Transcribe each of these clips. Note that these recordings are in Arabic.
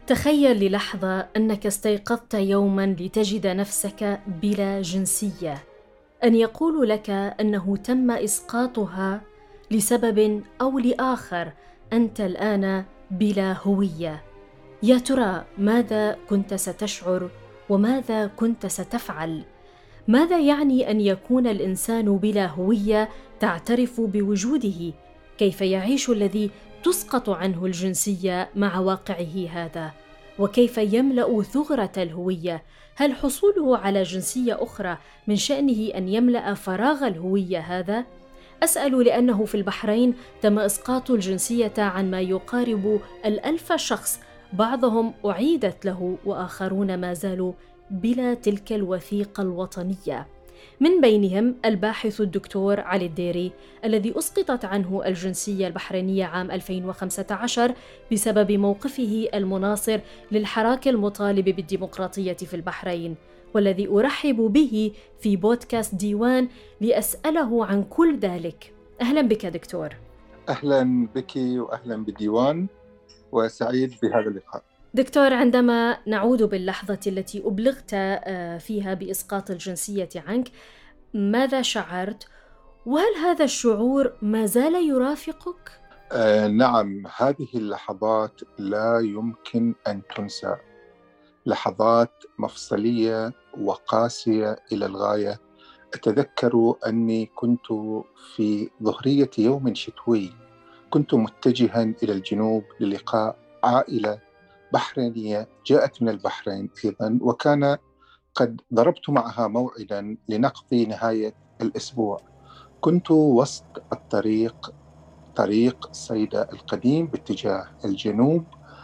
تخيل للحظة أنك استيقظت يوماً لتجد نفسك بلا جنسية، أن يقولوا لك أنه تم إسقاطها لسبب أو لآخر، أنت الآن بلا هوية. يا ترى ماذا كنت ستشعر وماذا كنت ستفعل؟ ماذا يعني أن يكون الإنسان بلا هوية تعترف بوجوده؟ كيف يعيش الذي تسقط عنه الجنسية مع واقعه هذا؟ وكيف يملأ ثغرة الهوية؟ هل حصوله على جنسية أخرى من شأنه أن يملأ فراغ الهوية هذا؟ أسأل لأنه في البحرين تم إسقاط الجنسية عن ما يقارب 1000 شخص، بعضهم أعيدت له وآخرون ما زالوا بلا تلك الوثيقة الوطنية. من بينهم الباحث الدكتور علي الديري الذي أسقطت عنه الجنسية البحرينية عام 2015 بسبب موقفه المناصر للحراك المطالب بالديمقراطية في البحرين، والذي أرحب به في بودكاست ديوان لأسأله عن كل ذلك. أهلا بك دكتور. أهلا بك وأهلا بديوان، وسعيد بهذا اللقاء. دكتور، عندما نعود باللحظة التي أبلغت فيها بإسقاط الجنسية عنك، ماذا شعرت؟ وهل هذا الشعور ما زال يرافقك؟ نعم، هذه اللحظات لا يمكن أن تنسى، لحظات مفصلية وقاسية إلى الغاية. أتذكر أني كنت في ظهرية يوم شتوي، كنت متجها إلى الجنوب للقاء عائلة بحرينية جاءت من البحرين أيضا، وكان قد ضربت معها موعدا لنقضي نهاية الأسبوع. كنت وسط الطريق، طريق صيدا القديم باتجاه الجنوب.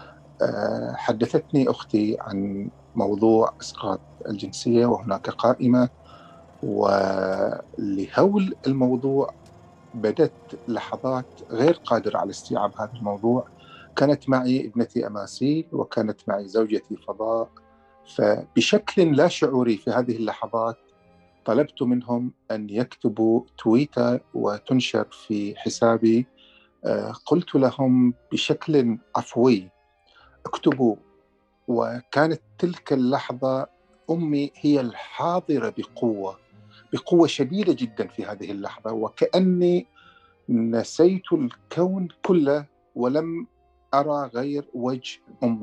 حدثتني أختي عن موضوع إسقاط الجنسية وهناك قائمة، ولهول الموضوع بدت لحظات غير قادر على استيعاب هذا الموضوع. كانت معي ابنتي أماسيل وكانت معي زوجتي فضاء، فبشكل لا شعوري في هذه اللحظات طلبت منهم أن يكتبوا تويتة وتنشر في حسابي. قلت لهم بشكل عفوي اكتبوا. وكانت تلك اللحظة أمي هي الحاضرة بقوة شديدة جدا في هذه اللحظة، وكأني نسيت الكون كله ولم أرى غير وجه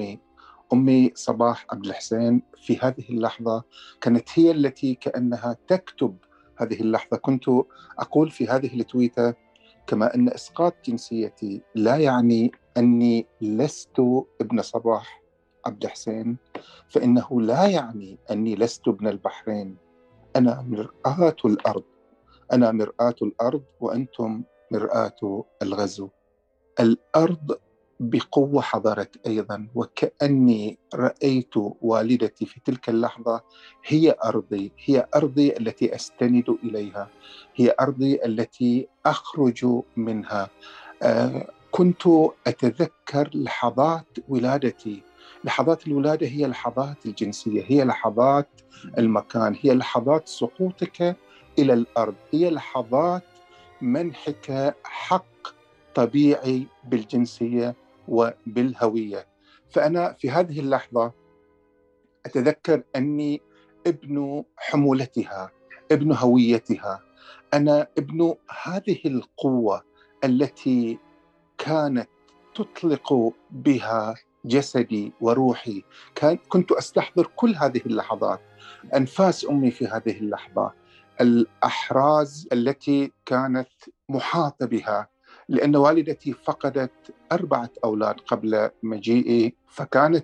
أمي صباح عبد الحسين. في هذه اللحظة كانت هي التي كأنها تكتب هذه اللحظة. كنت أقول في هذه التويتة: كما أن إسقاط جنسيتي لا يعني أني لست ابن صباح عبد الحسين، فإنه لا يعني أني لست ابن البحرين. أنا مرآة الأرض، أنا مرآة الأرض وأنتم مرآة الغزو. الأرض بقوة حضرت أيضا، وكأني رأيت والدتي في تلك اللحظة. هي أرضي، هي أرضي التي أستند إليها، هي أرضي التي أخرج منها. كنت أتذكر لحظات ولادتي. لحظات الولادة هي لحظات الجنسية، هي لحظات المكان، هي لحظات سقوطك إلى الأرض، هي لحظات منحك حق طبيعي بالجنسية وبالهوية. فأنا في هذه اللحظة أتذكر أني ابن حمولتها، ابن هويتها. أنا ابن هذه القوة التي كانت تطلق بها جسدي وروحي. كنت أستحضر كل هذه اللحظات، أنفاس أمي في هذه اللحظة، الأحراز التي كانت محاطة بها، لأن والدتي فقدت 4 أولاد قبل مجيئي. فكانت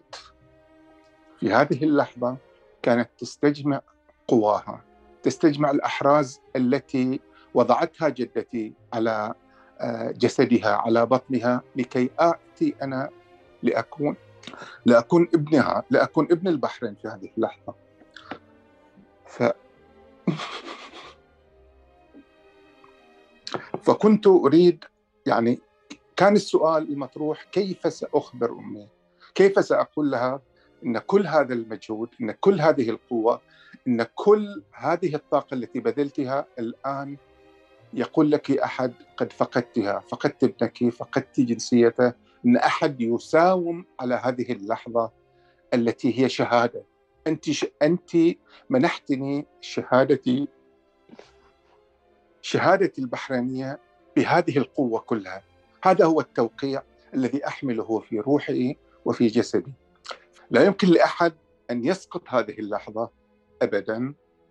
في هذه اللحظة كانت تستجمع قواها، تستجمع الأحراز التي وضعتها جدتي على جسدها، على بطنها، لكي آتي أنا لأكون ابنها، لأكون ابن البحرين في هذه اللحظة. فكنت أريد، يعني كان السؤال المطروح: كيف سأخبر أمي؟ كيف سأقول لها إن كل هذا المجهود، إن كل هذه القوة، إن كل هذه الطاقة التي بذلتها الآن يقول لك أحد قد فقدتها، فقدت ابنك، فقدت جنسيته، إن أحد يساوم على هذه اللحظة التي هي شهادة. أنت منحتني شهادتي البحرينية بهذه القوة كلها. هذا هو التوقيع الذي أحمله في روحي وفي جسدي. لا يمكن لأحد أن يسقط هذه اللحظة أبدا.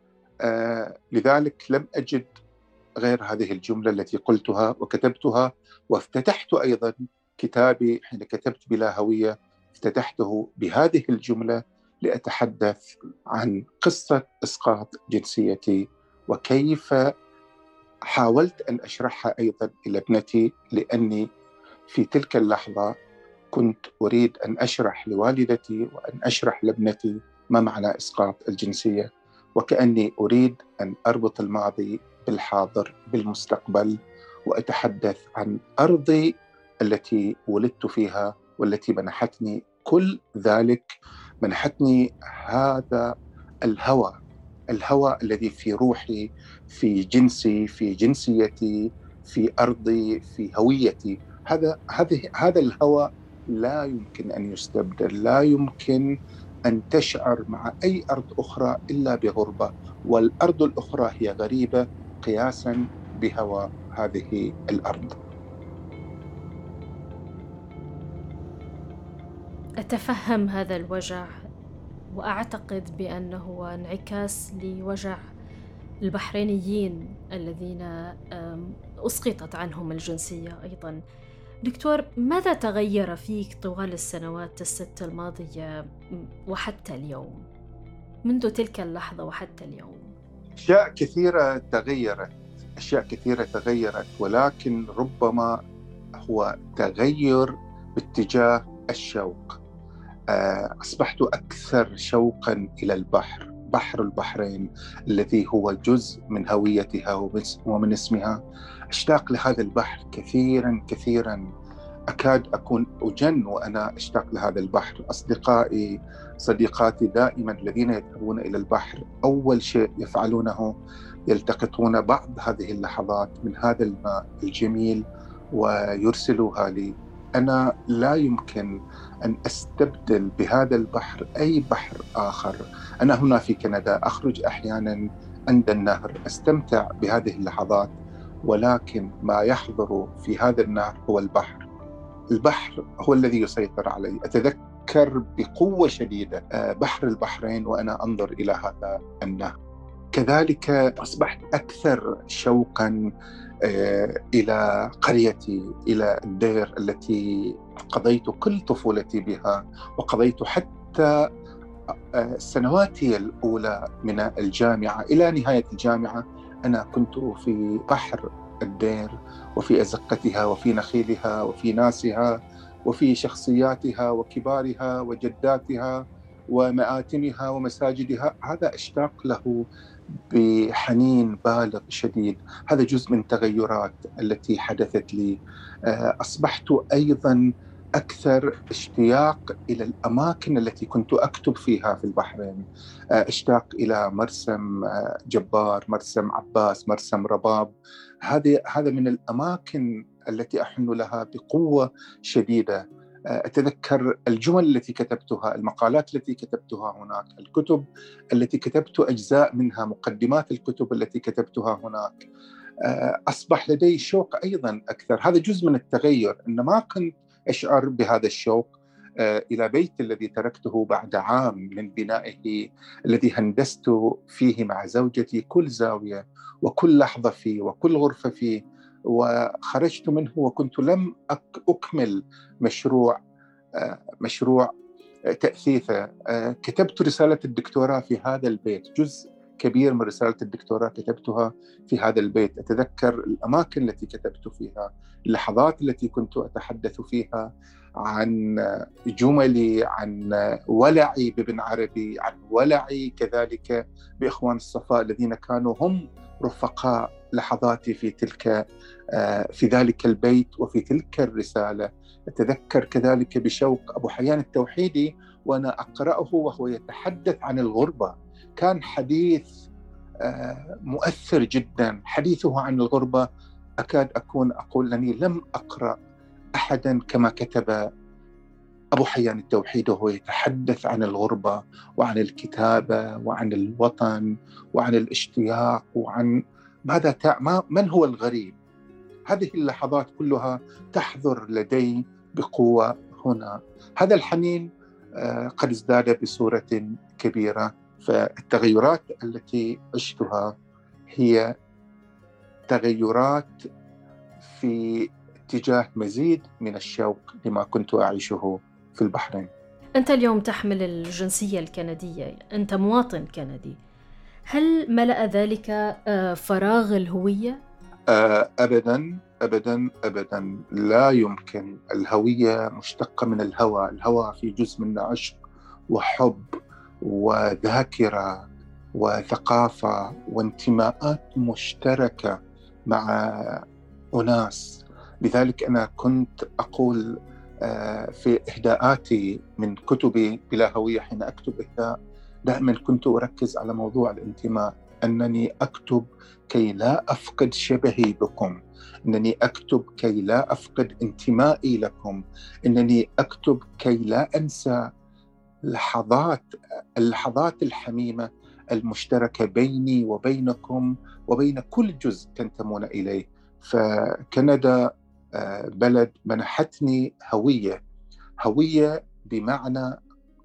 لذلك لم أجد غير هذه الجملة التي قلتها وكتبتها، وافتتحت أيضا كتابي حين كتبت بلا هوية، افتتحته بهذه الجملة لأتحدث عن قصة إسقاط جنسيتي، وكيف حاولت أن أشرحها أيضا إلى ابنتي، لأني في تلك اللحظة كنت أريد أن أشرح لوالدتي وأن أشرح لابنتي ما معنى إسقاط الجنسية، وكأني أريد أن أربط الماضي بالحاضر بالمستقبل، وأتحدث عن أرضي التي ولدت فيها والتي منحتني كل ذلك، منحتني هذا الهوى الذي في روحي، في جنسي، في جنسيتي، في أرضي، في هويتي. هذا الهوى لا يمكن أن يستبدل، لا يمكن أن تشعر مع أي أرض أخرى إلا بغربة، والأرض الأخرى هي غريبة قياسا بهوى هذه الأرض. أتفهم هذا الوجع، وأعتقد بأنه انعكاس لوجع البحرينيين الذين أسقطت عنهم الجنسية أيضا. دكتور، ماذا تغير فيك طوال السنوات الست الماضية وحتى اليوم، منذ تلك اللحظة وحتى اليوم؟ أشياء كثيرة تغيرت، ولكن ربما هو تغير باتجاه الشوق. أصبحت أكثر شوقا إلى البحر، بحر البحرين الذي هو جزء من هويتها ومن اسمها. أشتاق لهذا البحر كثيرا كثيرا، أكاد أكون أجن وأنا أشتاق لهذا البحر. صديقاتي دائما الذين يذهبون إلى البحر أول شيء يفعلونه يلتقطون بعض هذه اللحظات من هذا الماء الجميل ويرسلوها لي. أنا لا يمكن أن أستبدل بهذا البحر أي بحر آخر. أنا هنا في كندا أخرج أحيانا عند النهر، أستمتع بهذه اللحظات، ولكن ما يحضر في هذا النهر هو البحر. البحر هو الذي يسيطر علي. أتذكر بقوة شديدة بحر البحرين وأنا أنظر إلى هذا النهر. كذلك أصبحت أكثر شوقا إلى قريتي، إلى الدير التي قضيت كل طفولتي بها، وقضيت حتى سنواتي الأولى من الجامعة إلى نهاية الجامعة. أنا كنت في بحر الدير، وفي أزقتها، وفي نخيلها، وفي ناسها، وفي شخصياتها وكبارها وجداتها ومآتمها ومساجدها. هذا أشتاق له بحنين بالغ شديد. هذا جزء من التغيرات التي حدثت لي. أصبحت أيضا أكثر اشتياق إلى الأماكن التي كنت أكتب فيها في البحرين. أشتاق إلى مرسم جبار، مرسم عباس، مرسم رباب. هذا من الأماكن التي أحن لها بقوة شديدة. أتذكر الجمل التي كتبتها، المقالات التي كتبتها هناك، الكتب التي كتبت أجزاء منها، مقدمات الكتب التي كتبتها هناك. أصبح لدي شوق أيضا أكثر. هذا جزء من التغير، أن ما كنت أشعر بهذا الشوق إلى بيت الذي تركته بعد عام من بنائه، الذي هندست فيه مع زوجتي كل زاوية وكل لحظة فيه وكل غرفة فيه، وخرجت منه وكنت لم أكمل مشروع تأثيثه. كتبت رسالة الدكتوراه في هذا البيت، جزء كبير من رسالة الدكتوراه كتبتها في هذا البيت. أتذكر الأماكن التي كتبت فيها، اللحظات التي كنت أتحدث فيها عن جملي، عن ولعي بابن عربي، عن ولعي كذلك بإخوان الصفاء الذين كانوا هم رفقاء لحظاتي في ذلك البيت وفي تلك الرسالة. أتذكر كذلك بشوق أبو حيان التوحيدي وأنا أقرأه وهو يتحدث عن الغربة. كان حديث مؤثر جدا، حديثه عن الغربة. أكاد أكون أقول أني لم أقرأ أحدا كما كتب أبو حيان التوحيدي وهو يتحدث عن الغربة وعن الكتابة وعن الوطن وعن الاشتياق وعن من هو الغريب. هذه اللحظات كلها تحضر لدي بقوة هنا. هذا الحنين قد ازداد بصورة كبيرة. فالتغيرات التي عشتها هي تغيرات في اتجاه مزيد من الشوق لما كنت أعيشه في البحرين. أنت اليوم تحمل الجنسية الكندية، أنت مواطن كندي، هل ملأ ذلك فراغ الهوية؟ أبداً أبداً أبداً، لا يمكن. الهوية مشتقة من الهوى. الهوى في جزء من عشق وحب وذاكرة وثقافة وانتماءات مشتركة مع أناس. لذلك أنا كنت أقول في إهداءاتي من كتبي بلا هوية، حين أكتب إهداء دائما كنت أركز على موضوع الانتماء، أنني أكتب كي لا أفقد شبهي بكم، أنني أكتب كي لا أفقد انتمائي لكم، أنني أكتب كي لا أنسى اللحظات الحميمة المشتركة بيني وبينكم وبين كل جزء تنتمون إليه. فكندا بلد منحتني هوية بمعنى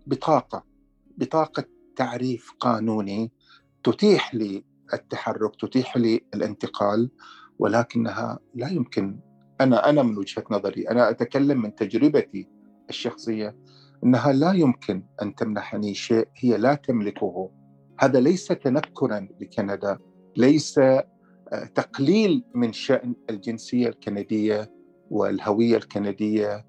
بطاقة تعريف قانوني تتيح لي التحرك، تتيح لي الانتقال، ولكنها لا يمكن. أنا من وجهة نظري، أنا أتكلم من تجربتي الشخصية، أنها لا يمكن أن تمنحني شيء هي لا تملكه. هذا ليس تنكرا لكندا، ليس تقليل من شأن الجنسية الكندية والهوية الكندية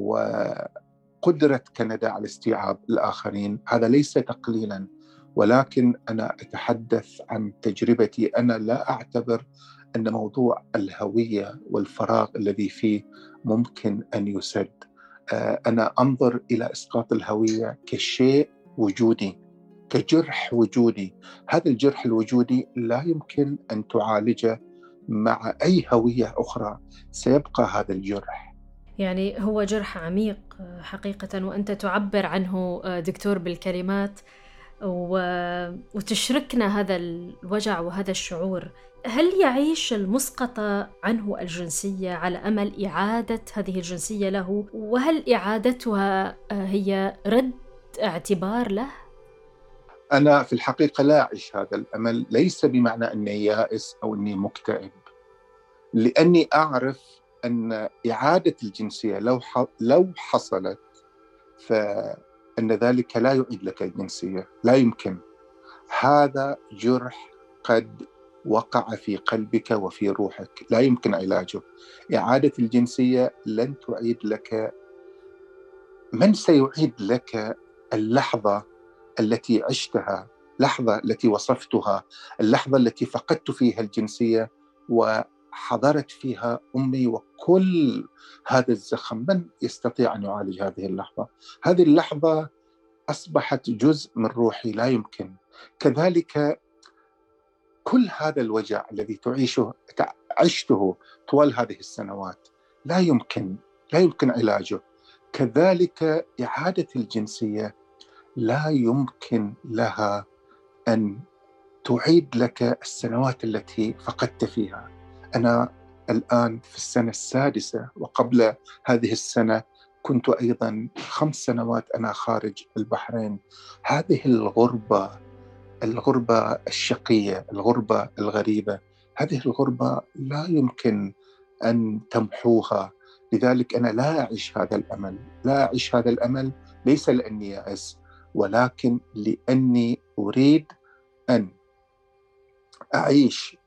وقدرة كندا على استيعاب الآخرين، هذا ليس تقليلا، ولكن أنا أتحدث عن تجربتي. أنا لا أعتبر أن موضوع الهوية والفراغ الذي فيه ممكن أن يسد. أنا أنظر إلى إسقاط الهوية كشيء وجودي، كجرح وجودي. هذا الجرح الوجودي لا يمكن أن تعالجه مع أي هوية أخرى، سيبقى هذا الجرح. يعني هو جرح عميق حقيقة، وأنت تعبر عنه دكتور بالكلمات وتشركنا هذا الوجع وهذا الشعور. هل يعيش المسقط عنه الجنسية على أمل إعادة هذه الجنسية له؟ وهل إعادتها هي رد اعتبار له؟ أنا في الحقيقة لا أعيش هذا الأمل، ليس بمعنى أني يائس أو أني مكتئب، لأني أعرف أن إعادة الجنسية لو حصلت فإن ذلك لا يعيد لك الجنسية، لا يمكن. هذا جرح قد وقع في قلبك وفي روحك، لا يمكن علاجه. إعادة الجنسية لن تعيد لك. من سيعيد لك اللحظة التي عشتها، اللحظة التي وصفتها، اللحظة التي فقدت فيها الجنسية وحضرت فيها أمي وكل هذا الزخم؟ من يستطيع أن يعالج هذه اللحظة؟ هذه اللحظة أصبحت جزء من روحي، لا يمكن. كذلك كل هذا الوجع الذي عشته طوال هذه السنوات لا يمكن علاجه. كذلك إعادة الجنسية لا يمكن لها أن تعيد لك السنوات التي فقدت فيها. أنا الآن في السنة السادسة، وقبل هذه السنة كنت أيضا 5 سنوات أنا خارج البحرين. هذه الغربة الشقية، الغربة الغريبة، هذه الغربة لا يمكن أن تمحوها. لذلك أنا لا أعيش هذا الأمل، ليس لأني يائس، ولكن لأني أريد أن أعيش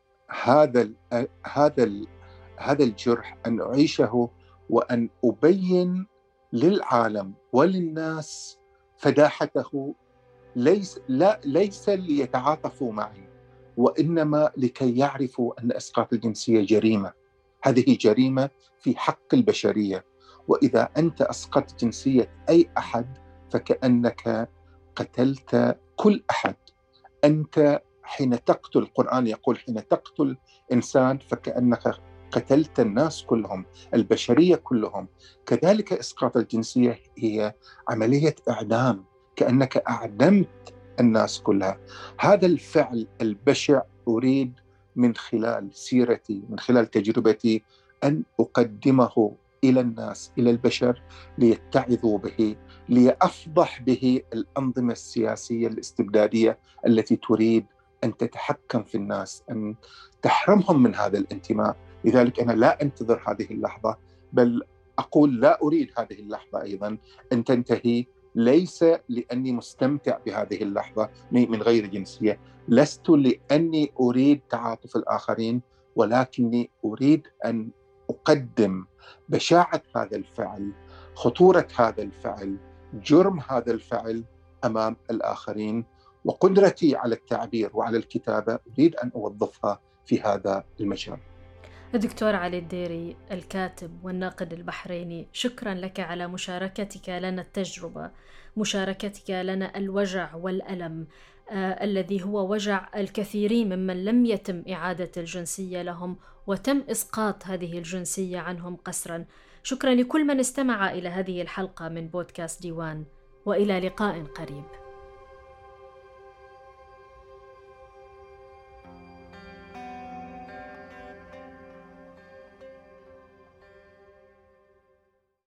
هذا الجرح، أن أعيشه وأن أبين للعالم وللناس فداحته، ليس ليتعاطفوا معي، وإنما لكي يعرفوا أن إسقاط الجنسية جريمة. هذه جريمة في حق البشرية، وإذا أنت أسقطت جنسية أي أحد فكأنك قتلت كل أحد. أنت حين تقتل، القرآن يقول حين تقتل إنسان فكأنك قتلت الناس كلهم، البشرية كلهم. كذلك إسقاط الجنسية هي عملية إعدام، كأنك أعدمت الناس كلها. هذا الفعل البشع أريد من خلال سيرتي، من خلال تجربتي، أن أقدمه إلى الناس، إلى البشر، ليتعظوا به، ليفضح به الأنظمة السياسية الاستبدادية التي تريد أن تتحكم في الناس، أن تحرمهم من هذا الانتماء. لذلك أنا لا أنتظر هذه اللحظة، بل أقول لا أريد هذه اللحظة أيضا أن تنتهي، ليس لأني مستمتع بهذه اللحظة من غير جنسية، لست لأني أريد تعاطف الآخرين، ولكني أريد أن أقدم بشاعة هذا الفعل، خطورة هذا الفعل، جرم هذا الفعل أمام الآخرين، وقدرتي على التعبير وعلى الكتابة أريد أن أوظفها في هذا المجال. الدكتور علي الديري، الكاتب والناقد البحريني، شكرا لك على مشاركتك لنا التجربة، مشاركتك لنا الوجع والألم الذي هو وجع الكثيرين ممن لم يتم إعادة الجنسية لهم وتم إسقاط هذه الجنسية عنهم قسرا. شكرا لكل من استمع إلى هذه الحلقة من بودكاست ديوان، وإلى لقاء قريب.